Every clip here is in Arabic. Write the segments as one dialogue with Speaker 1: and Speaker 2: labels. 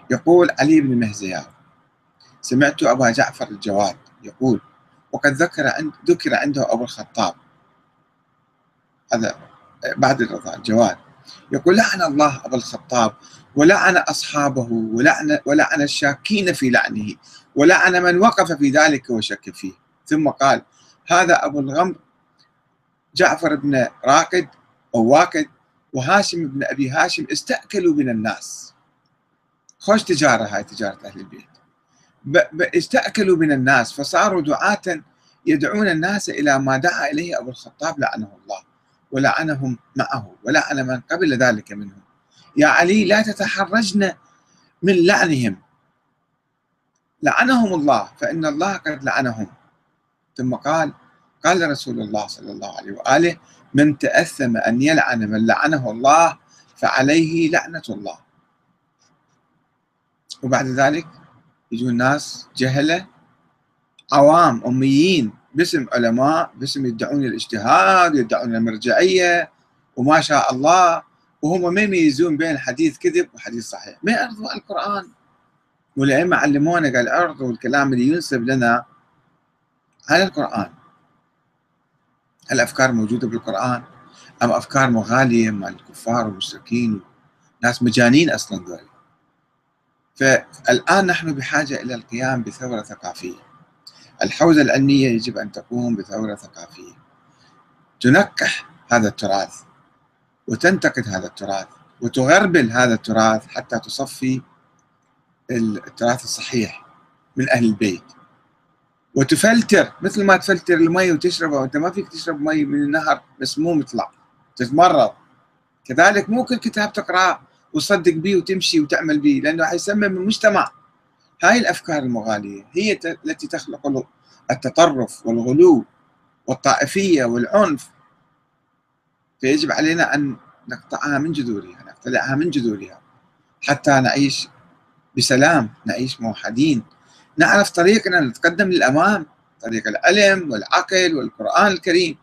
Speaker 1: يقول علي بن مهزيار: سمعت أبا جعفر الجواد يقول: وقد ذكر عنده أبو الخطاب، هذا بعد الرضا الجواد، يقول: لعن الله أبا الخطاب، ولعن أصحابه، ولعن الشاكين في لعنه، ولعن من وقف في ذلك وشك فيه. ثم قال: هذا أبو الغمر جعفر بن راقد أو واقد وهاشم بن أبي هاشم استأكلوا من الناس. خوش تجارة، هاي تجارة أهل البيت. استأكلوا من الناس فصاروا دعاة يدعون الناس إلى ما دعا إليه أبو الخطاب لعنه الله، ولعنهم معه، ولعن من قبل ذلك منهم. يا علي لا تتحرجن من لعنهم، لعنهم الله فإن الله قد لعنهم. ثم قال رسول الله صلى الله عليه وآله: من تأثم أن يلعن من لعنه الله فعليه لعنة الله. وبعد ذلك يجون ناس جهلة عوام أميين باسم علماء، باسم يدعون الاجتهاد، يدعون المرجعية وما شاء الله، وهم ما يميزون بين حديث كذب وحديث صحيح، ما يعرضوا القرآن. والأئمة علمونا قال اعرضوا الكلام اللي ينسب لنا على القرآن. الأفكار موجودة بالقرآن أم أفكار مغالية مع الكفار والمشركين، ناس مجانين أصلا ذولي. فالآن نحن بحاجة إلى القيام بثورة ثقافية. الحوزة العلمية يجب أن تقوم بثورة ثقافية تنكح هذا التراث وتنتقد هذا التراث وتغربل هذا التراث حتى تصفي التراث الصحيح من أهل البيت، وتفلتر مثل ما تفلتر المي وتشربه، وأنت ما فيك تشرب مي من النهر مسموم يطلع تتمرض. كذلك مو كل كتاب تقرأه وتصدق به وتمشي وتعمل به، لأنه حيسمم المجتمع. هاي الأفكار المغالية هي التي تخلق التطرف والغلو والطائفية والعنف، فيجب علينا أن نقطعها من جذورها، نقتلعها من جذورها حتى نعيش بسلام، نعيش موحدين، نعرف طريقنا نتقدم للأمام، طريق العلم والعقل والقرآن الكريم.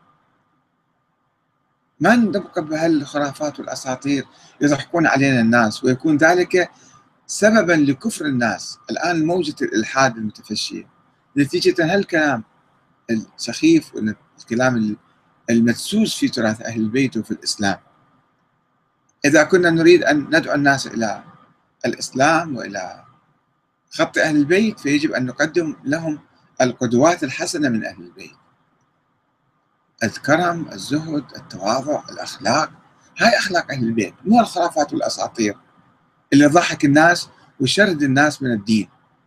Speaker 1: ما نبقى بهالخرافات والأساطير يضحكون علينا الناس، ويكون ذلك سببا لكفر الناس. الآن موجة الإلحاد المتفشية نتيجة هالكلام السخيف والكلام المدسوس في تراث أهل البيت وفي الإسلام. إذا كنا نريد أن ندعو الناس إلى الإسلام وإلى خط أهل البيت، فيجب أن نقدم لهم القدوات الحسنة من أهل البيت: الكرم، الزهد، التواضع، الأخلاق. هاي أخلاق أهل البيت، مو الخرافات والأساطير اللي تضحك الناس وشرد الناس من الدين.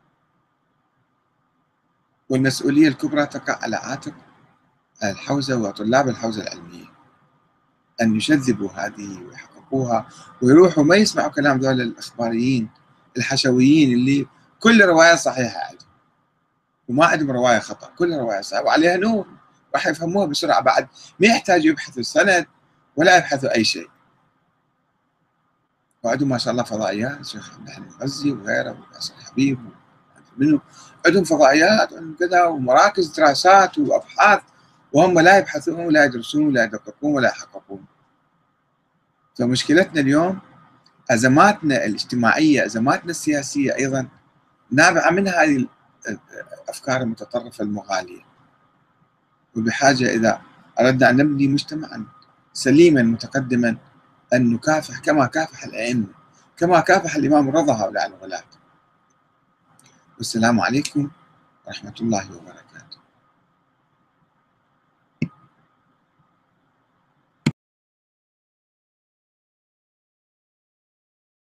Speaker 1: والمسؤولية الكبرى تقع على عاتق الحوزة وطلاب الحوزة العلمية، أن يشذبوا هذه ويحققوها ويروحوا ما يسمعوا كلام ذول الإخباريين الحشويين اللي كل رواية صحيحة عندهم وما عندهم رواية خطأ، كل رواية صحيحة وعليها نور، راح يفهموها بسرعة، بعد ما يحتاجوا يبحثوا السند ولا يبحثوا أي شيء. وعندهم ما شاء الله فضائيات، الشيخ عبد الحليم الغزي وغيره وناصر الحبيب منه، عندهم فضائيات وعندهم كذا ومراكز دراسات وأبحاث، وهم لا يبحثون ولا يدرسون ولا يدققون ولا يحققون. فمشكلتنا اليوم أزماتنا الاجتماعية، أزماتنا السياسية أيضا نابعة من هذه الأفكار المتطرفة المغالية. وبحاجة إذا أردنا أن نبني مجتمعا سليما متقدما أن نكافح كما كافح الأئمة، كما كافح الإمام الرضا هؤلاء الغلاة. والسلام عليكم ورحمة الله وبركاته.